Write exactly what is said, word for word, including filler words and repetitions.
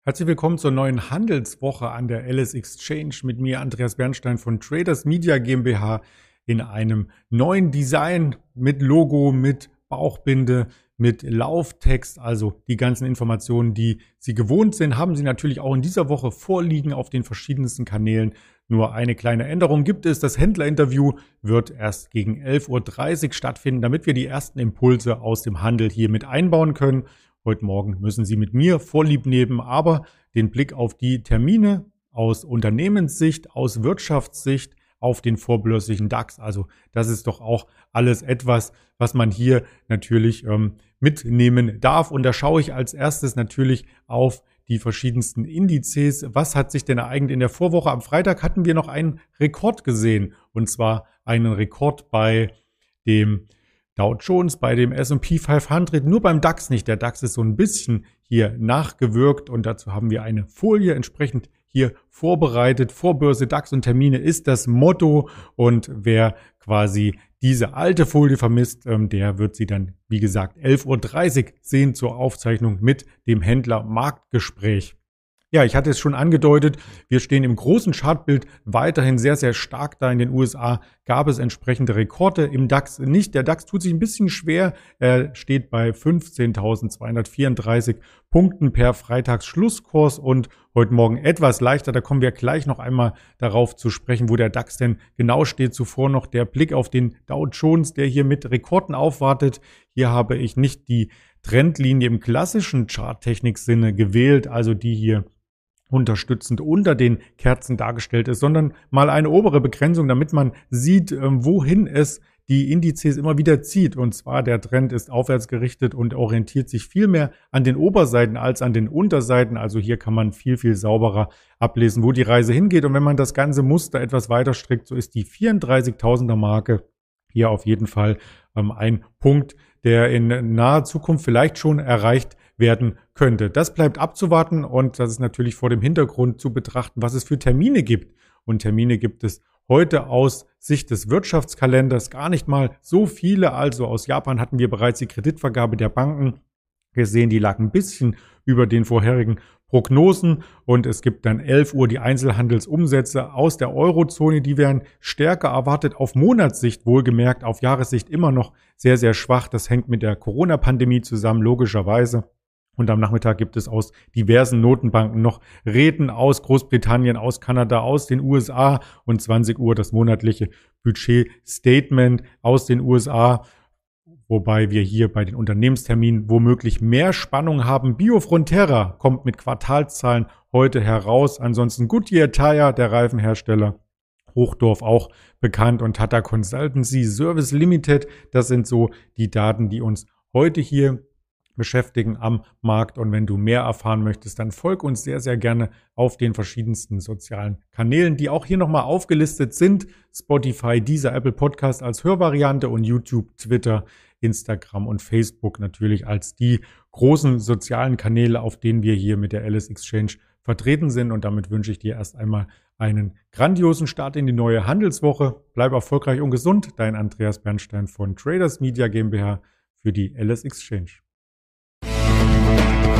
Herzlich willkommen zur neuen Handelswoche an der L S Exchange mit mir, Andreas Bernstein von Traders Media GmbH, in einem neuen Design mit Logo, mit Bauchbinde, mit Lauftext. Also die ganzen Informationen, die Sie gewohnt sind, haben Sie natürlich auch in dieser Woche vorliegen auf den verschiedensten Kanälen. Nur eine kleine Änderung gibt es. Das Händlerinterview wird erst gegen elf Uhr dreißig stattfinden, damit wir die ersten Impulse aus dem Handel hier mit einbauen können. Heute Morgen müssen Sie mit mir Vorlieb nehmen, aber den Blick auf die Termine aus Unternehmenssicht, aus Wirtschaftssicht, auf den vorbörslichen DAX. Also das ist doch auch alles etwas, was man hier natürlich ähm, mitnehmen darf. Und da schaue ich als erstes natürlich auf die verschiedensten Indizes. Was hat sich denn ereignet in der Vorwoche? Am Freitag hatten wir noch einen Rekord gesehen, und zwar einen Rekord bei dem Dow Jones, bei dem S und P fünfhundert, nur beim DAX nicht. Der DAX ist so ein bisschen hier nachgewirkt und dazu haben wir eine Folie entsprechend hier vorbereitet. Vorbörse, DAX und Termine ist das Motto, und wer quasi diese alte Folie vermisst, der wird sie dann, wie gesagt, elf Uhr dreißig sehen zur Aufzeichnung mit dem Händler Marktgespräch. Ja, ich hatte es schon angedeutet, wir stehen im großen Chartbild weiterhin sehr, sehr stark da. In den U S A gab es entsprechende Rekorde, im DAX nicht. Der DAX tut sich ein bisschen schwer. Er steht bei fünfzehntausendzweihundertvierunddreißig Punkten per Freitagsschlusskurs und heute Morgen etwas leichter. Da kommen wir gleich noch einmal darauf zu sprechen, wo der DAX denn genau steht. Zuvor noch der Blick auf den Dow Jones, der hier mit Rekorden aufwartet. Hier habe ich nicht die Trendlinie im klassischen Charttechnik-Sinne gewählt, also die hier unterstützend unter den Kerzen dargestellt ist, sondern mal eine obere Begrenzung, damit man sieht, wohin es die Indizes immer wieder zieht. Und zwar der Trend ist aufwärts gerichtet und orientiert sich viel mehr an den Oberseiten als an den Unterseiten. Also hier kann man viel, viel sauberer ablesen, wo die Reise hingeht. Und wenn man das ganze Muster etwas weiter strickt, so ist die vierunddreißigtausender Marke hier auf jeden Fall ähm, ein Punkt, der in naher Zukunft vielleicht schon erreicht werden könnte. Das bleibt abzuwarten, und das ist natürlich vor dem Hintergrund zu betrachten, was es für Termine gibt. Und Termine gibt es heute aus Sicht des Wirtschaftskalenders gar nicht mal so viele. Also aus Japan hatten wir bereits die Kreditvergabe der Banken gesehen, die lag ein bisschen über den vorherigen Prognosen, und es gibt dann elf Uhr die Einzelhandelsumsätze aus der Eurozone, die werden stärker erwartet, auf Monatssicht wohlgemerkt, auf Jahressicht immer noch sehr, sehr schwach. Das hängt mit der Corona-Pandemie zusammen, logischerweise. Und am Nachmittag gibt es aus diversen Notenbanken noch Reden aus Großbritannien, aus Kanada, aus den U S A, und zwanzig Uhr das monatliche Budgetstatement aus den U S A. Wobei wir hier bei den Unternehmensterminen womöglich mehr Spannung haben. Biofrontera kommt mit Quartalszahlen heute heraus. Ansonsten Goodyear Tire, der Reifenhersteller, Hochdorf auch bekannt, und Tata Consultancy Service Limited. Das sind so die Daten, die uns heute hier beschäftigen am Markt. Und wenn du mehr erfahren möchtest, dann folg uns sehr, sehr gerne auf den verschiedensten sozialen Kanälen, die auch hier nochmal aufgelistet sind. Spotify, Deezer, Apple Podcast als Hörvariante und YouTube, Twitter, Instagram und Facebook natürlich als die großen sozialen Kanäle, auf denen wir hier mit der L S Exchange vertreten sind. Und damit wünsche ich dir erst einmal einen grandiosen Start in die neue Handelswoche. Bleib erfolgreich und gesund. Dein Andreas Bernstein von Traders Media GmbH für die L S Exchange.